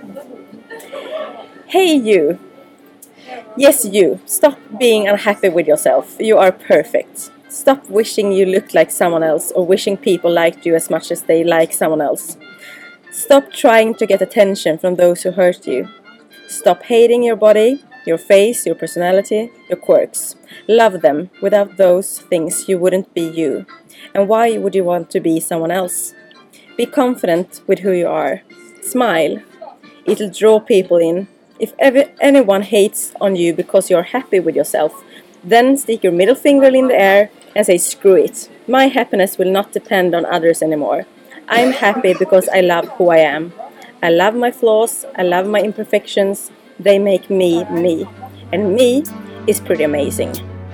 Hey you. Yes you. Stop being unhappy with yourself. You are perfect. Stop wishing you looked like someone else or wishing people liked you as much as they like someone else. Stop trying to get attention from those who hurt you. Stop hating your body, your face, your personality, your quirks. Love them. Without those things you wouldn't be you. And why would you want to be someone else? Be confident with who you are. Smile. It'll draw people in. If anyone hates on you because you're happy with yourself, then stick your middle finger in the air and say screw it. My happiness will not depend on others anymore. I'm happy because I love who I am. I love my flaws, I love my imperfections. They make me, me. And me is pretty amazing.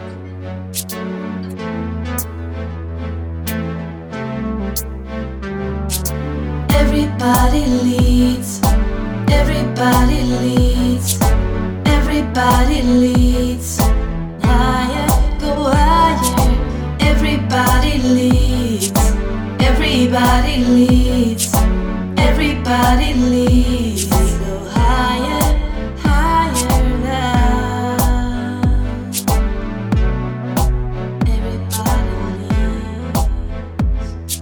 Everybody leads. Everybody leads. Everybody leads. Higher, go higher. Everybody leads. Everybody leads. Everybody leads. Go higher, higher now. Everybody leads.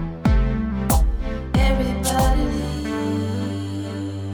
Everybody leads.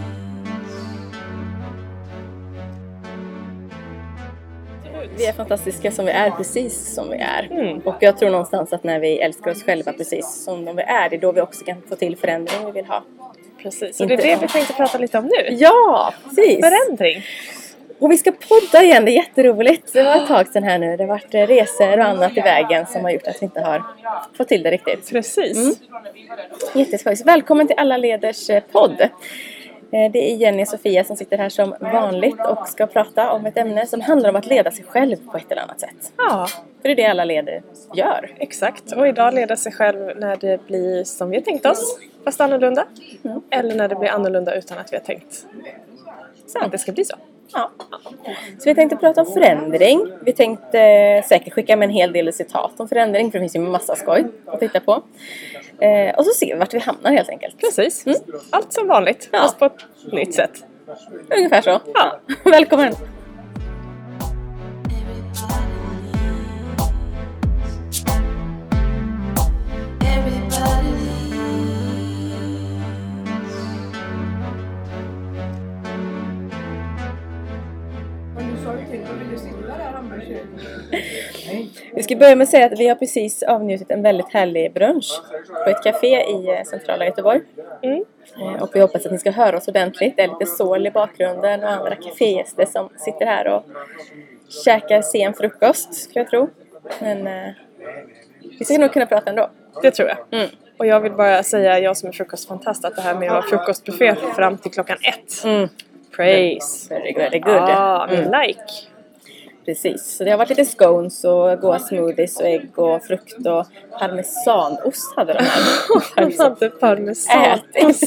Vi är fantastiska som vi är, precis som vi är. Och jag tror någonstans att när vi älskar oss själva precis som vi är, det är då vi också kan få till förändring vi vill ha. Precis, och det är det vi tänkte prata lite om nu. Ja, precis. Förändring. Och vi ska podda igen, det är jätteroligt. Det var ett tag sedan här nu. Det har varit resor och annat i vägen som har gjort att vi inte har fått till det riktigt. Precis. Jätteskojs. Välkommen till Alla Leders podd. Det är Jenny och Sofia som sitter här som vanligt och ska prata om ett ämne som handlar om att leda sig själv på ett eller annat sätt. Ja, För det är det alla ledare gör. exakt. Och idag leder sig själv när det blir som vi har tänkt oss, fast annorlunda. Eller när det blir annorlunda utan att vi har tänkt att det ska bli så. Ja. Så vi tänkte prata om förändring. Vi tänkte säkert skicka med en hel del citat om förändring. För det finns ju en massa skoj att titta på. Och så ser vi vart vi hamnar helt enkelt. Precis. Allt som vanligt, fast på ett nytt sätt. Ungefär så. Ja. Välkommen. Everybody leads. Vi ska börja med att säga att vi har precis avnjutit en väldigt härlig brunch på ett café i centrala Göteborg. Och vi hoppas att ni ska höra oss ordentligt. Det är lite sål i bakgrunden och andra kafégäster som sitter här och käkar sen frukost, skulle jag tro. Men vi ska nog kunna prata ändå. Det tror jag. Och jag vill bara säga, jag som är frukostfantast, att det här med att ha frukostbuffé fram till klockan 1. Praise. Very good. Ja, like. Precis, så det har varit lite scones och goda smoothies och ägg och frukt och parmesanost hade de här. Han hade parmesanost.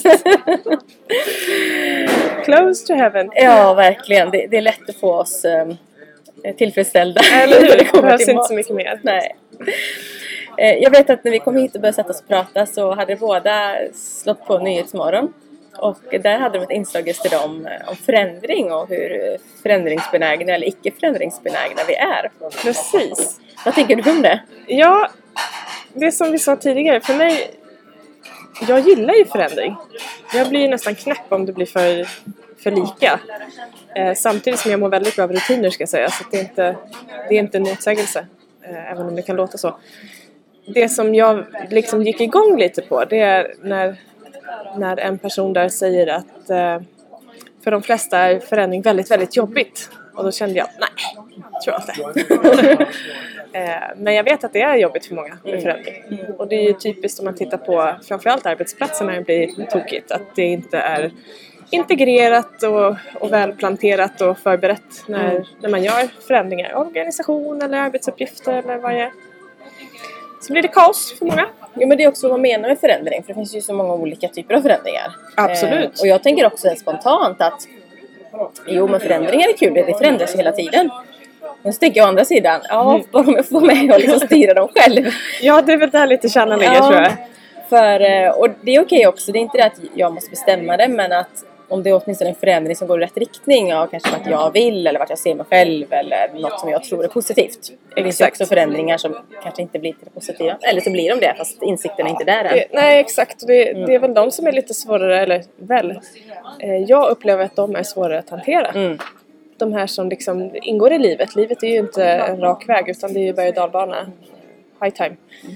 Close to heaven. Ja, verkligen. Det är lätt att få oss tillfredsställda. Eller hur? Det Det behövs inte så mycket mer. Nej. Jag vet att när vi kom hit och började sätta oss och prata så hade båda slått på Nyhetsmorgon. Och där hade de ett inslag just idag om förändring och hur förändringsbenägna eller icke förändringsbenägna vi är. Precis. Vad tänker du om det? Ja, det som vi sa tidigare, för mig, jag gillar ju förändring. Jag blir ju nästan knäpp om det blir för lika. Samtidigt som jag mår väldigt bra av rutiner, ska jag säga. Så det är inte en motsägelse, även om det kan låta så. Det som jag liksom gick igång lite på, det är när en person där säger att för de flesta är förändring väldigt, väldigt jobbigt. Och då kände jag, nej, tror jag inte. Men jag vet att det är jobbigt för många med förändring. Och det är ju typiskt om man tittar på framförallt arbetsplatserna när det blir tokigt. Att det inte är integrerat och välplanterat och förberett när man gör förändringar. Organisation eller arbetsuppgifter eller vad det är. Så blir det kaos för många. Jo, men det är också vad man menar med förändring. För det finns ju så många olika typer av förändringar. Absolut. Och jag tänker också spontant att men förändringar är kul. Det förändras hela tiden. Men så tänker jag å andra sidan, bara om jag får med och liksom styra dem själv. Ja, det är väl där lite kärnan ligger, tror jag. Och det är okej också. Det är inte det att jag måste bestämma det, men att om det är åtminstone en förändring som går i rätt riktning, ja, kanske vart jag vill eller vart jag ser mig själv eller något som jag tror är positivt. Det finns ju också förändringar som kanske inte blir till det positiva, eller så blir de det fast insikten är inte där än. Nej, exakt. Det är väl de som är lite svårare, eller väl. Jag upplever att de är svårare att hantera. De här som liksom ingår i livet. Livet är ju inte en rak väg utan det är ju berg- och dalbana. High time.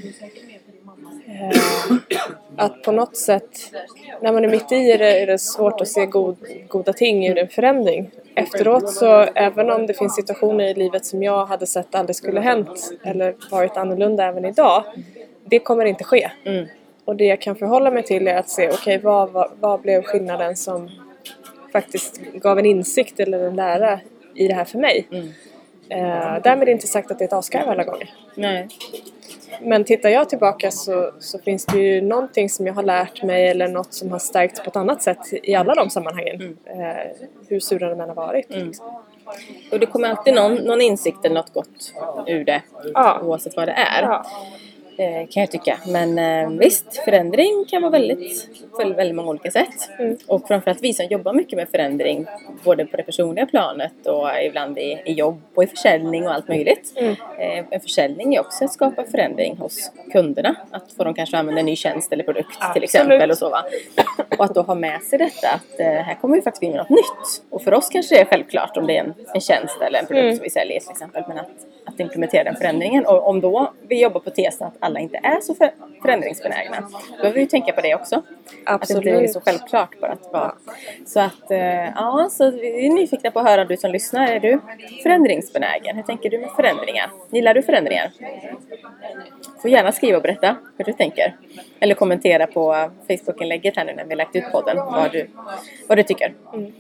Att på något sätt, när man är mitt i är det svårt att se goda ting ur en förändring. Efteråt så, även om det finns situationer i livet som jag hade sett aldrig skulle hänt eller varit annorlunda även idag, det kommer inte ske. Och det jag kan förhålla mig till är att se, okej, vad blev skillnaden som faktiskt gav en insikt eller en lära i det här för mig. Därmed är det inte sagt att det är ett avskriv alla gånger. Nej. Men tittar jag tillbaka så finns det ju någonting som jag har lärt mig eller något som har stärkts på ett annat sätt i alla de sammanhangen. Hur sura de än har varit. Och det kommer alltid någon insikt eller något gott ur det, oavsett vad det är. Ja. Kan jag tycka. Men visst, förändring kan vara väldigt många olika sätt. Och framförallt vi som jobbar mycket med förändring, både på det personliga planet och ibland i jobb och i försäljning och allt möjligt. En försäljning är också att skapa förändring hos kunderna. Att få dem kanske använda en ny tjänst eller produkt till exempel. Och så, va? Och att då ha med sig detta att här kommer vi faktiskt in med något nytt. Och för oss kanske det är självklart om det är en tjänst eller en produkt som vi säljer till exempel. Men att implementera den förändringen. Och om då vi jobbar på tesen att alla inte är så förändringsbenägna, då behöver vi ju tänka på det också. Absolut. Att det inte är så självklart bara att vara. Så att, så vi är nyfikna på att höra, du som lyssnar, är du förändringsbenägen? Hur tänker du med förändringar? Gillar du förändringar? Får gärna skriva och berätta hur du tänker. Eller kommentera på Facebook-inlägget här nu när vi har lagt ut podden vad du tycker.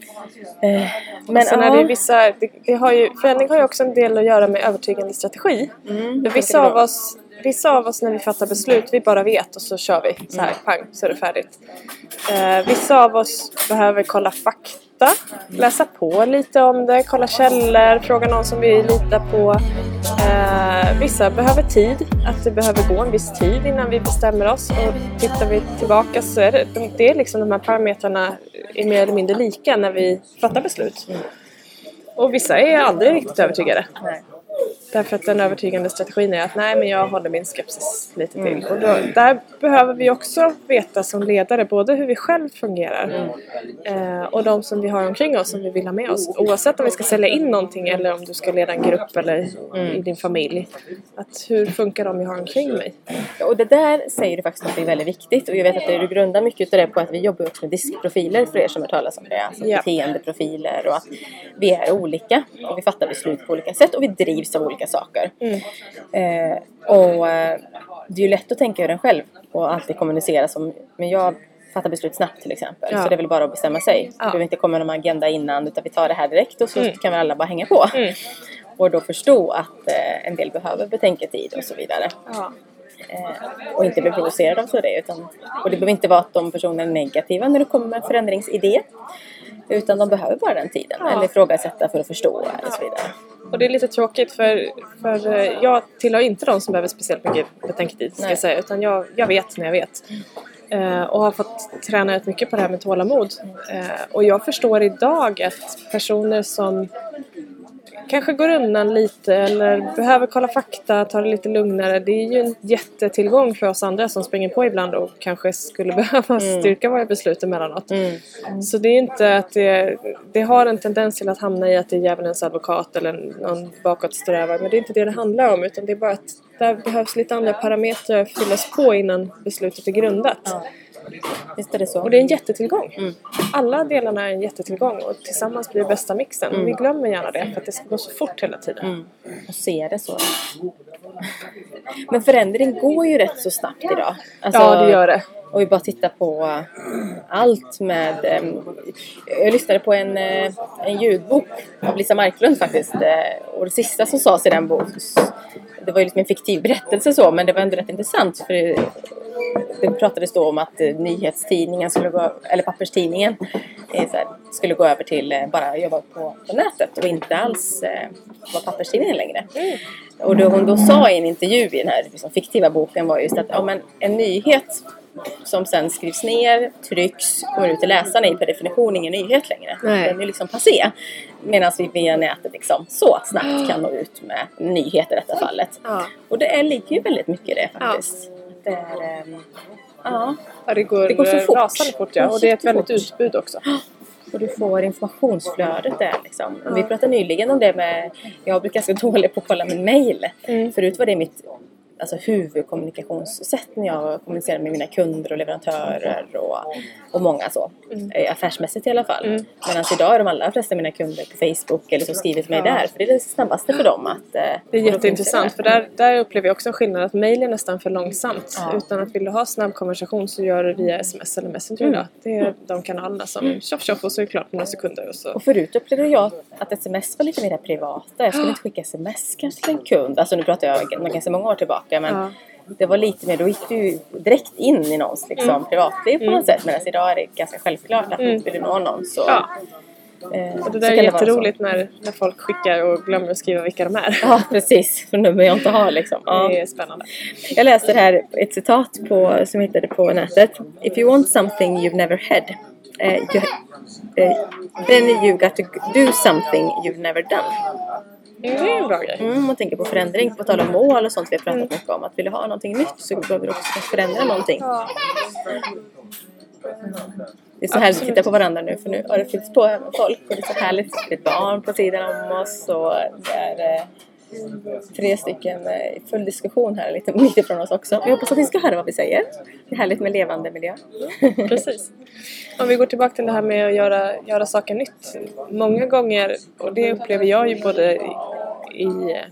Men sen är det vissa, förändring har ju också en del att göra med övertygande strategi. Vissa av oss när vi fattar beslut, vi bara vet och så kör vi så här, pang, så är det färdigt. Vissa av oss behöver kolla fakta, läsa på lite om det, kolla källor, fråga någon som vi litar på. Vissa behöver tid, att det behöver gå en viss tid innan vi bestämmer oss. Och tittar vi tillbaka så är det är liksom de här parametrarna är mer eller mindre lika när vi fattar beslut. Och vissa är aldrig riktigt övertygade. Nej. Därför att den övertygande strategin är att nej, men jag håller min skepsis lite till. Och där behöver vi också veta som ledare både hur vi själv fungerar och de som vi har omkring oss som vi vill ha med oss. Oavsett om vi ska sälja in någonting eller om du ska leda en grupp eller i din familj. Att hur funkar de jag har omkring mig? Och det där säger du faktiskt något väldigt viktigt. Och jag vet att du grundar mycket av det på att vi jobbar också med diskprofiler för er som har talat om det. Alltså beteendeprofiler och att vi är olika. Och vi fattar beslut på olika sätt och vi drivs av olika saker. Det är ju lätt att tänka hur den själv och alltid kommunicera som, men jag fattar beslut snabbt till exempel. Så det är väl bara att bestämma sig. Du behöver inte komma någon agenda innan utan vi tar det här direkt och så kan vi alla bara hänga på. Och då förstå att en del behöver betänketid och så vidare. Och inte bli provocerad av det. Och det behöver inte vara att de personerna är negativa när det kommer med en förändringsidé. Utan de behöver bara den tiden. Eller ifrågasätta för att förstå och så vidare. Och det är lite tråkigt för jag tillhör inte de som behöver speciellt mycket betänketid ska jag säga. Utan jag vet när jag vet. Och har fått träna rätt mycket på det här med tålamod. Och jag förstår idag att personer som kanske går undan lite eller behöver kolla fakta, ta det lite lugnare. Det är ju en jättetillgång för oss andra som springer på ibland och kanske skulle behöva styrka våra beslut emellanåt. Så det är inte att det har en tendens till att hamna i att det är djävulens advokat eller någon bakåtsträvare. Men det är inte det handlar om utan det är bara att där behövs lite andra parametrar fyllas på innan beslutet är grundat. Visst är det så. Och det är en jättetillgång. Alla delarna är en jättetillgång och tillsammans blir det bästa mixen. Vi glömmer gärna det för att det ska gå så fort hela tiden. Och se det så. Men förändring går ju rätt så snabbt idag. Alltså, ja, det gör det. Och vi bara tittar på allt med... jag lyssnade på en ljudbok av Lisa Marklund faktiskt. Och det sista som sades i den boken, det var ju liksom en fiktiv berättelse så, men det var ändå rätt intressant för det pratades då om att nyhetstidningen skulle gå, eller papperstidningen skulle gå över till bara jobba på nätet och inte alls vara papperstidningen längre. Och det hon då sa i en intervju i den här liksom fiktiva boken var just att en nyhet som sen skrivs ner, trycks, kommer ut till läsarna i per definition ingen nyhet längre. Nej. Den är liksom passé. Medan vi via nätet liksom så snabbt kan nå ut med nyheter i detta fallet. Ja. Och det ligger ju väldigt mycket i det faktiskt. Det är, Ja, det går så fort. rasande fort, ja. Och det är ett väldigt utbud också. och du får informationsflödet där liksom. Vi pratade nyligen om det med, jag brukar ganska dålig på att kolla min mail. Förut var det mitt huvudkommunikationssätt när jag kommunicerar med mina kunder och leverantörer och många så. Affärsmässigt i alla fall. Medan idag är de allra flesta mina kunder på Facebook eller så skriver till mig där. För det är det snabbaste för dem att... Det är jätteintressant för där upplever jag också en skillnad att mejl är nästan för långsamt. Utan att vill du ha snabb konversation så gör du via sms eller messenger idag. Det är de kanalerna som tjoff och så är det klart på några sekunder. Och förut upplevde jag att sms var lite mer privata. Jag skulle inte skicka sms kanske till en kund. Alltså nu pratar jag ganska många år tillbaka. Men det var lite mer, då gick du direkt in i någons liksom, privatliv på något sätt. Medan idag är det ganska självklart att vill du nå någon så... Ja. Och det där är jätteroligt när folk skickar och glömmer att skriva vilka de är. Ja, precis. För nummer jag inte har liksom. Ja. Det är spännande. Jag läste här ett citat som hittade på nätet. If you want something you've never had, then you got to do something you've never done. Det är en bra grej. Man tänker på förändring, på tal om mål och sånt vi har pratat mycket om. Att vill du ha någonting nytt så behöver du också förändra någonting. Ja. Det är så härligt att titta på varandra nu, för nu har det fyllts på med folk. Och det är så härligt, det är ett barn på sidan om oss och det är 3 stycken i full diskussion här lite ifrån oss också. Jag hoppas att ni ska höra vad vi säger. Det är härligt med levande miljö. Precis. Om vi går tillbaka till det här med att göra saker nytt. Många gånger, och det upplever jag ju både i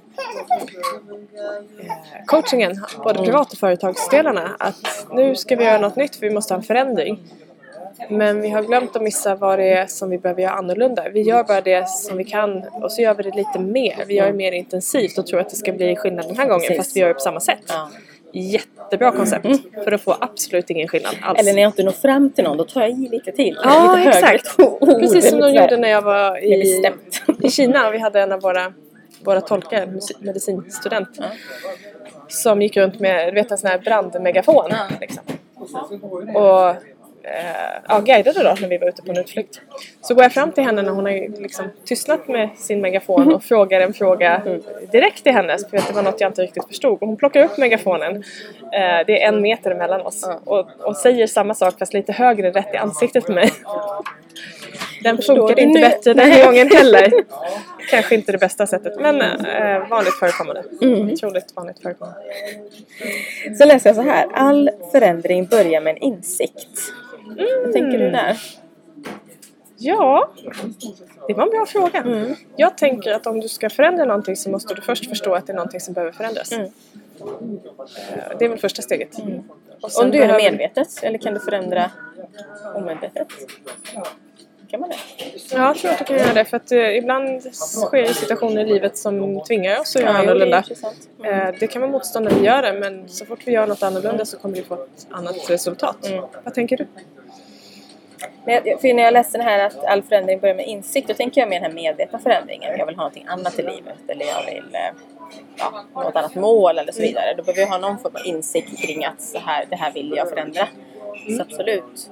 coachingen, både privat och företagsdelarna, att nu ska vi göra något nytt för vi måste ha en förändring. Men vi har glömt att missa vad det är som vi behöver göra annorlunda. Vi gör bara det som vi kan och så gör vi det lite mer. Vi gör det mer intensivt och tror att det ska bli skillnad den här gången. Precis. Fast vi gör det på samma sätt. Ja. Jättebra koncept för att få absolut ingen skillnad alls. Eller när jag inte når fram till någon, då tar jag i lite till. Ja, lite exakt. Precis som de gjorde när jag var i Kina. Vi hade en av våra tolkar, medicinstudent, som gick runt med en sån här brandmegafon. Liksom. Och guidade då när vi var ute på en utflykt. Så går jag fram till henne när hon har liksom tystnat med sin megafon och frågar en fråga direkt till henne. För det var något jag inte riktigt förstod. Och hon plockar upp megafonen. Det är 1 meter mellan oss. Och säger samma sak fast lite högre rätt i ansiktet på mig. Den funkade inte bättre den här gången heller. Kanske inte det bästa sättet. Men vanligt förekommande. Otroligt vanligt förekommande. Så läser jag så här. All förändring börjar med en insikt. Vad tänker du där? Ja, det var en bra fråga. Jag tänker att om du ska förändra någonting så måste du först förstå att det är någonting som behöver förändras. Det är väl första steget. Om du gör det medvetet eller kan du förändra omedvetet? Kan man det? Ja, jag tror att du kan göra det. För att ibland sker det situationer i livet som tvingar oss att göra annorlunda. Det kan vara motstånd när vi gör det. Men så fort vi gör något annorlunda så kommer vi få ett annat resultat. Vad tänker du? För när jag läste den här att all förändring börjar med insikt, då tänker jag med den här medvetna förändringen. Jag vill ha någonting annat i livet eller jag vill något annat mål eller så vidare. Då behöver jag ha någon form av insikt kring att det här vill jag förändra. Så absolut.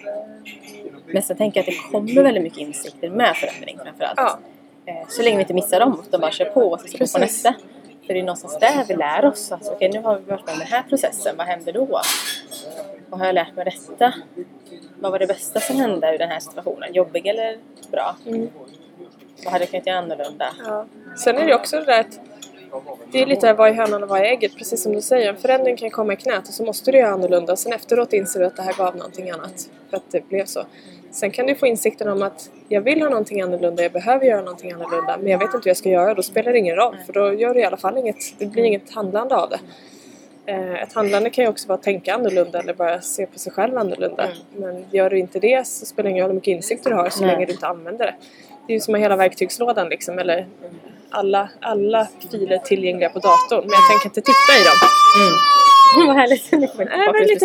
Men så tänker jag att det kommer väldigt mycket insikter med förändring framförallt. Så länge vi inte missar dem utan bara kör på och så på nästa. För det är någonstans där vi lär oss. Alltså, okej, nu har vi varit med den här processen. Vad händer då? Vad har jag lärt mig detta? Vad var det bästa som hände i den här situationen? Jobbig eller bra? Vad hade jag kunnat göra annorlunda? Ja. Sen är det också det där att det är lite vad är hönan och vad är ägget. Precis som du säger, en förändring kan komma i knät och så måste du göra annorlunda. Sen efteråt inser du att det här gav någonting annat. För att det blev så. Sen kan du få insikten om att jag vill ha någonting annorlunda, jag behöver göra någonting annorlunda. Men jag vet inte hur jag ska göra, då spelar det ingen roll. För då gör det i alla fall det blir inget handlande av det. Ett handlande kan ju också vara att tänka annorlunda eller bara se på sig själv annorlunda. Men gör du inte det så spelar det ingen roll hur mycket insikter du har så länge du inte använder det. Det är ju som hela verktygslådan liksom, eller alla filer tillgängliga på datorn. Men jag tänker inte titta i dem. Vad härligt. Det är lite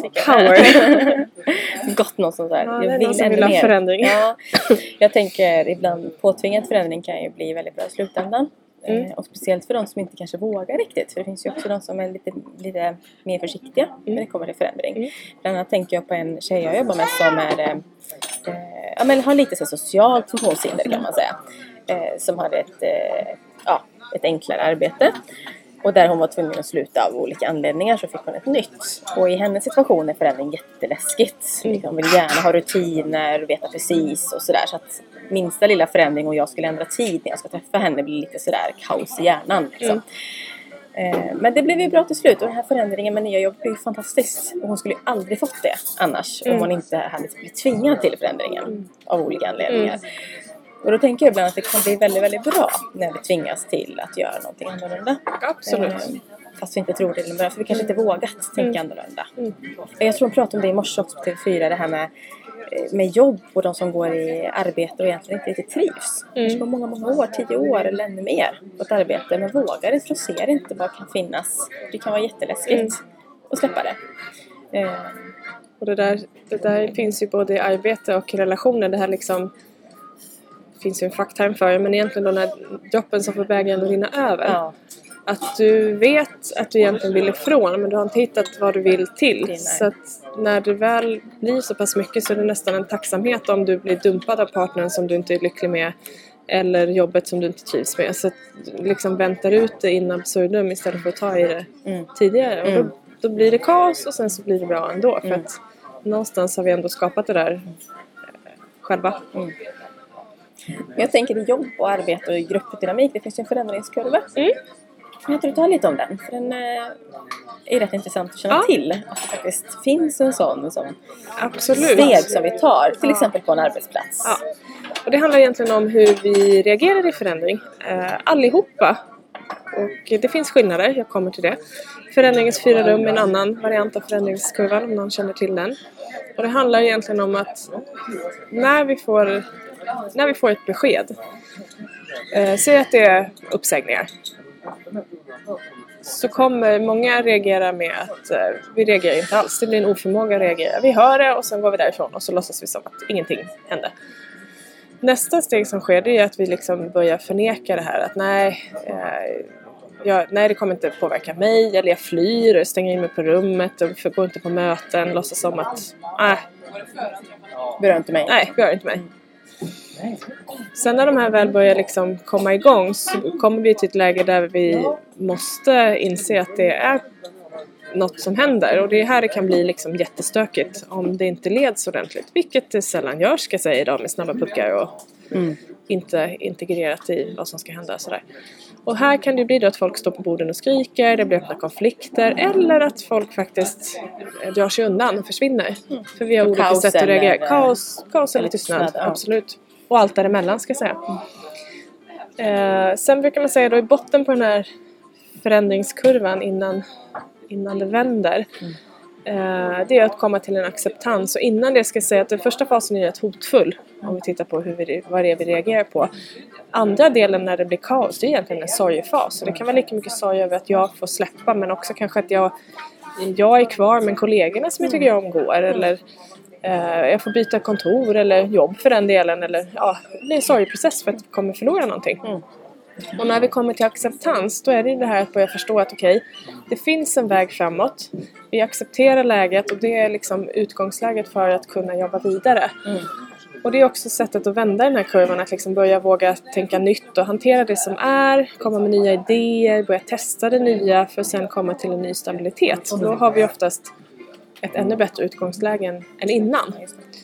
power. Gott något sånt där. Jag vill ha förändring. Ja, jag tänker ibland påtvingad förändring kan ju bli väldigt bra i slutändan. Och speciellt för de som inte kanske vågar riktigt. För det finns ju också de som är lite mer försiktiga när det kommer till förändring. Bland annat tänker jag på en tjej jag jobbar med som är, men har lite så socialt funktionshinder kan man säga. Som hade ett enklare arbete. Och där hon var tvungen att sluta av olika anledningar så fick hon ett nytt. Och i hennes situation är förändring jätteläskigt. Hon vill gärna ha rutiner, veta precis och sådär. Så att minsta lilla förändring och jag skulle ändra tid när jag ska träffa henne blir lite sådär kaos i hjärnan. Liksom. Men det blev ju bra till slut. Och den här förändringen med nya jobb blev ju fantastiskt. Och hon skulle ju aldrig fått det annars. Om hon inte hade blivit tvingad till förändringen av olika anledningar. Och då tänker jag ibland att det kan bli väldigt, väldigt bra när vi tvingas till att göra någonting annorlunda. Absolut. Fast vi inte tror det i början, för vi kanske inte vågat tänka annorlunda. Jag tror hon pratade om det i morse också på TV4, det här med jobb och de som går i arbete och egentligen inte riktigt trivs. Kanske på många, många år, 10 år eller ännu mer på ett arbete, men vågar det för ser inte vad kan finnas. Det kan vara jätteläskigt att släppa det. Och det där finns ju både i arbete och i relationer. Det här liksom finns ju en facktime för, men egentligen de här droppen som får bägaren att rinna över. Ja. Att du vet att du egentligen vill ifrån, men du har inte hittat vad du vill till. Så att när det väl blir så pass mycket så är det nästan en tacksamhet om du blir dumpad av partnern som du inte är lycklig med. Eller jobbet som du inte trivs med. Så att liksom väntar ut det in absurdum istället för att ta i det tidigare. Och då blir det kaos och sen så blir det bra ändå. För att någonstans har vi ändå skapat det där själva. Jag tänker i jobb och arbete och i gruppdynamik, det finns ju en förändringskurva. Jag tror du tar lite om den, för den är rätt intressant att känna till. Att det faktiskt finns en sån steg som vi tar, till exempel på en arbetsplats. Ja. Och det handlar egentligen om hur vi reagerar i förändring. Allihopa. Och det finns skillnader, jag kommer till det. Förändringens 4 rum är en annan variant av förändringskurvan, om någon känner till den. Och det handlar egentligen om att när vi får ett besked, säg att det är uppsägningar, så kommer många reagera med att vi reagerar inte alls. Det blir en oförmåga att reagera. Vi hör det och sen går vi därifrån och så låtsas vi som att ingenting hände. Nästa steg som sker, det är att vi liksom börjar förneka det här. Att nej, det kommer inte påverka mig. Eller jag flyr och stänger in mig på rummet och går inte på möten. Låtsas som att berör inte mig. Nej, berör inte mig. Sen när de här väl börjar liksom komma igång så kommer vi till ett läge där vi måste inse att det är något som händer. Och det är här det kan bli liksom jättestökigt om det inte leds ordentligt. Vilket det sällan görs, ska jag säga, idag med snabba puckar och inte integrerat i vad som ska hända. Sådär. Och här kan det bli då att folk står på borden och skriker, det blir öppna konflikter. Eller att folk faktiskt drar sig undan och försvinner. För vi har olika sätt att reagera. Kaos eller tystnad, absolut. Och allt däremellan, ska jag säga. Sen brukar man säga då i botten på den här förändringskurvan innan det vänder. Det är att komma till en acceptans. Och innan det ska jag säga att den första fasen är rätt hotfull. Om vi tittar på vad det är vi reagerar på. Andra delen när det blir kaos, det är egentligen en sorgefas. Så det kan vara lika mycket sorg över att jag får släppa. Men också kanske att jag är kvar med kollegorna som jag tycker om går. Eller jag får byta kontor eller jobb för den delen. Eller det blir en sorgeprocess för att vi kommer förlora någonting. Och när vi kommer till acceptans, då är det här att börja förstå att det finns en väg framåt. Vi accepterar läget och det är liksom utgångsläget för att kunna jobba vidare. Och det är också sättet att vända den här kurvan, att liksom börja våga tänka nytt och hantera det som är, komma med nya idéer, börja testa det nya för att sen komma till en ny stabilitet. Då har vi oftast ett ännu bättre utgångsläge än innan.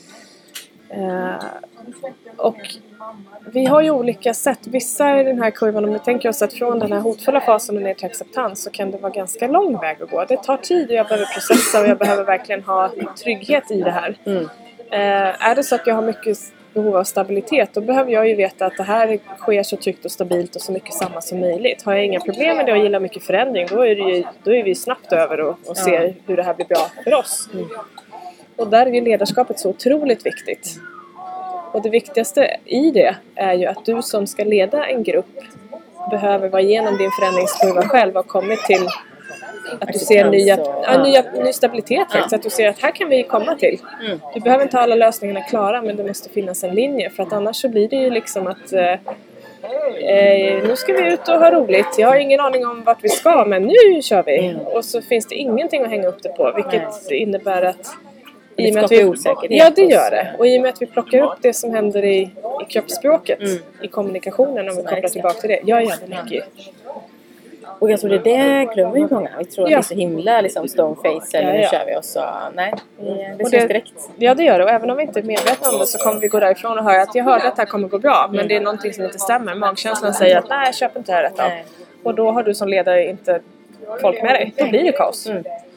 Och vi har ju olika sätt. Vissa i den här kurvan, om vi tänker oss att från den här hotfulla fasen och ner till acceptans, så kan det vara ganska lång väg att gå. Det tar tid och jag behöver processa och jag behöver verkligen ha trygghet i det här. Är det så att jag har mycket behov av stabilitet, då behöver jag ju veta att det här sker så tryggt och stabilt och så mycket samma som möjligt. Har jag inga problem med det och gillar mycket förändring, då är vi snabbt över och ser hur det här blir bra för oss. Och där är ju ledarskapet så otroligt viktigt. Och det viktigaste i det är ju att du som ska leda en grupp behöver vara igenom din förändringskurva själv och kommit till att du ser ny stabilitet faktiskt. Att du ser att här kan vi komma till. Du behöver inte ha alla lösningarna klara, men det måste finnas en linje. För att annars så blir det ju liksom att Nu ska vi ut och ha roligt. Jag har ingen aning om vart vi ska, men nu kör vi. Och så finns det ingenting att hänga upp det på, vilket innebär att Det skapar osäkerhet. Ja, det gör det. Och i och med att vi plockar upp det som händer i kroppsspråket, i kommunikationen, om vi kopplar tillbaka till det. Ja, det lägger ju. Och jag tror det glömmer ju många. Vi tror att det är så himla liksom stoneface eller nu kör vi och så. Nej, det syns direkt. Ja, det gör det. Och även om vi inte är medvetna om det så kommer vi gå därifrån och höra att jag hörde att det här kommer gå bra. Men det är någonting som inte stämmer. Magkänslan säger att nej, köp inte det här rätt av. Och då har du som ledare inte folk med dig. Då blir det kaos.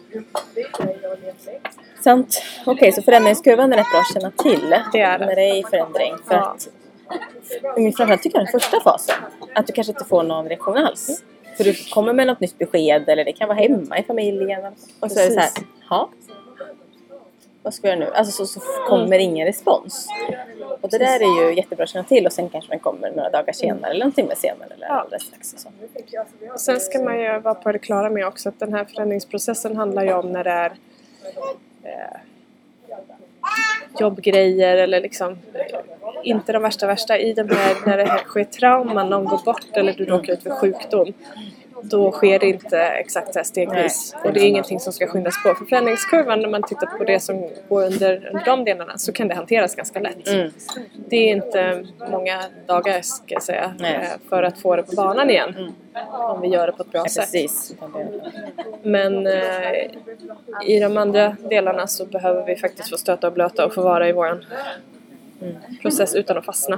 Sant. Okej, så förändringskurvan är rätt bra att känna till. Det är det. När det är i förändring. För att, framförallt tycker jag den första fasen. Att du kanske inte får någon reaktion alls. För du kommer med något nytt besked. Eller det kan vara hemma i familjen. Och så är det så här. Ja. Vad ska jag göra nu? Alltså så kommer ingen respons. Och det där är ju jättebra att känna till. Och sen kanske den kommer några dagar senare. Eller en timme senare. Eller alldeles strax och så. Och sen ska man ju vara på det klara med också att den här förändringsprocessen handlar ju om när det är jobbgrejer eller liksom inte de värsta i de här när det sker trauma, någon går bort eller du råkar ut för sjukdom. Då sker det inte exakt så här stegvis. Och det är ingenting som ska skyndas på. För förändringskurvan, när man tittar på det som går under de delarna, så kan det hanteras ganska lätt. Det är inte många dagar, ska jag säga, för att få det på banan igen. Om vi gör det på ett bra sätt. Precis. Men i de andra delarna så behöver vi faktiskt få stöta och blöta och få vara i våran process utan att fastna.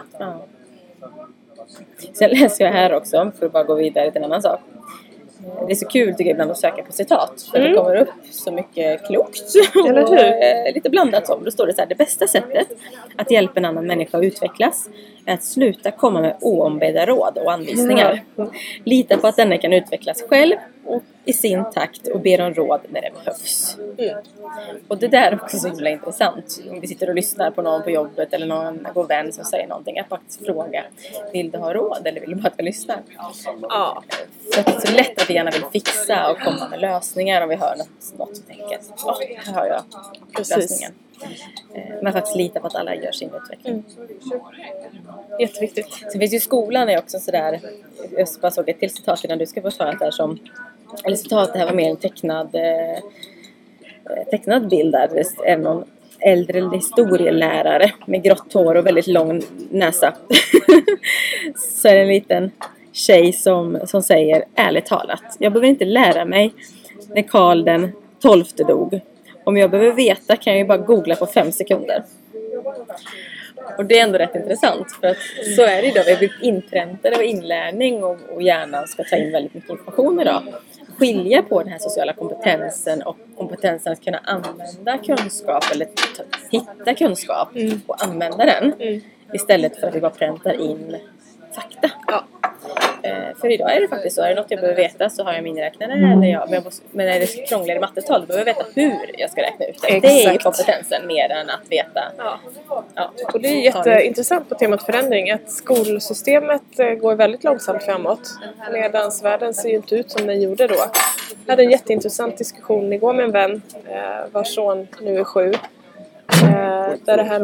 Sen läser jag här också, för att bara gå vidare till en annan sak. Det är så kul tycker jag ibland att söka på citat. För det kommer upp så mycket klokt. Eller hur? Lite blandat som. Då står det så här: det bästa sättet att hjälpa en annan människa att utvecklas är att sluta komma med oombedda råd och anvisningar. Lita på att denna kan utvecklas själv och i sin takt och ber om råd när det behövs. Och det där är också så himla intressant. Om vi sitter och lyssnar på någon på jobbet eller någon god vän som säger någonting. Att faktiskt fråga: vill du ha råd eller vill du bara att vi lyssnar? Ja. För att det är så lätt att vi gärna vill fixa och komma med lösningar om vi hör något som tänker att här har jag lösningen. Men faktiskt lita på att alla gör sin utveckling. Jätteviktigt. Sen finns ju skolan är också sådär. Jag bara såg ett till citat innan du ska få svara där som. Eller citat, det här var mer en tecknad bild där. Det är någon äldre historielärare med grått hår och väldigt lång näsa. Så är det en liten tjej som säger: ärligt talat, jag behöver inte lära mig när Karl den 12:e dog. Om jag behöver veta kan jag ju bara googla på 5 sekunder. Och det är ändå rätt intressant. För att så är det idag. Vi blir inpräntade av inlärning och hjärnan ska ta in väldigt mycket information idag. Skilja på den här sociala kompetensen och kompetensen att kunna använda kunskap eller hitta kunskap och använda den. Istället för att vi bara präntar in fakta. För idag är det faktiskt så. Är det något jag behöver veta så har jag miniräknare. Men är det krångligare mattetal då behöver jag veta hur jag ska räkna ut det. Exakt. Det är ju kompetensen mer än att veta. Ja. Och det är jätteintressant på temat förändring. Att skolsystemet går väldigt långsamt framåt. Medan världen ser ju inte ut som den gjorde då. Jag hade en jätteintressant diskussion igår med en vän. Vars son nu är 7. Där det här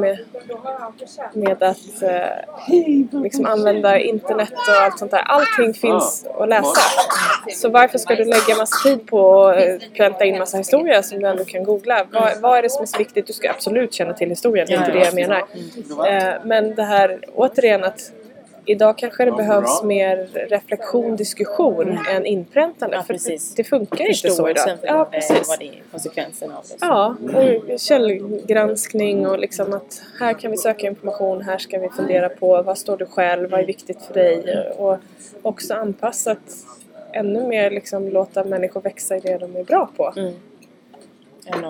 med att liksom använda internet och allt sånt där. Allting finns att läsa. Så varför ska du lägga massa tid på att pränta in massa historia som du ändå kan googla? Vad är det som är så viktigt? Du ska absolut känna till historien, det är inte det jag menar. Men det här, återigen att idag kanske det behövs mer reflektion, diskussion än inpräntande. Ja, för precis. det funkar inte så idag. Ja, precis. Vad det är konsekvenserna av det. Ja, och källgranskning och liksom att här kan vi söka information, här ska vi fundera på vad står du själv, vad är viktigt för dig och också anpassat ännu mer liksom låta människor växa i det de är bra på. Än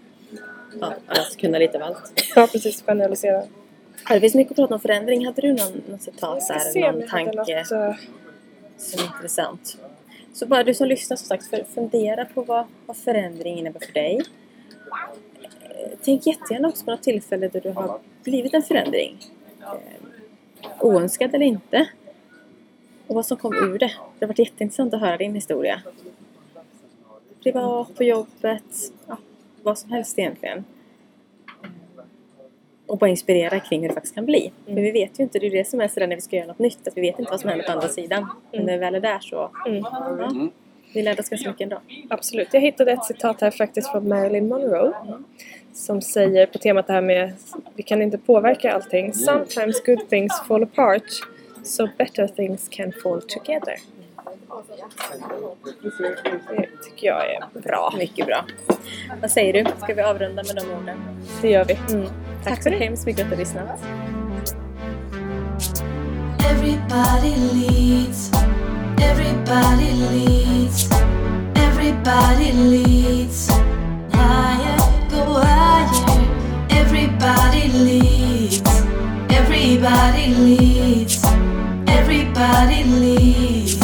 att kunna lite av allt. Ja, precis, generalisera. Det finns mycket att prata om förändring. Hade du någon citat där, någon tanke som är intressant? Så bara du som lyssnar som sagt, fundera på vad förändring innebär för dig. Tänk jättegärna också på något tillfälle där du har blivit en förändring. Oönskad eller inte. Och vad som kom ur det. Det har varit jätteintressant att höra din historia. Privat, på jobbet, vad som helst egentligen. Och bara inspirera kring hur det faktiskt kan bli. För vi vet ju inte, det är det som är sådär när vi ska göra något nytt. Att vi vet inte vad som händer på andra sidan. Men när vi väl är där så... Ja, vi lärde oss ganska mycket ändå. Absolut. Jag hittade ett citat här faktiskt från Marilyn Monroe. Som säger på temat det här med vi kan inte påverka allting. Sometimes good things fall apart. So better things can fall together. Det tycker jag är bra. Mycket bra. Vad säger du? Ska vi avrunda med de orden? Det gör vi. Tack så hemskt mycket att du har lyssnat. Everybody leads. Everybody leads. Everybody leads. Higher, go higher. Everybody leads. Everybody leads. Everybody leads.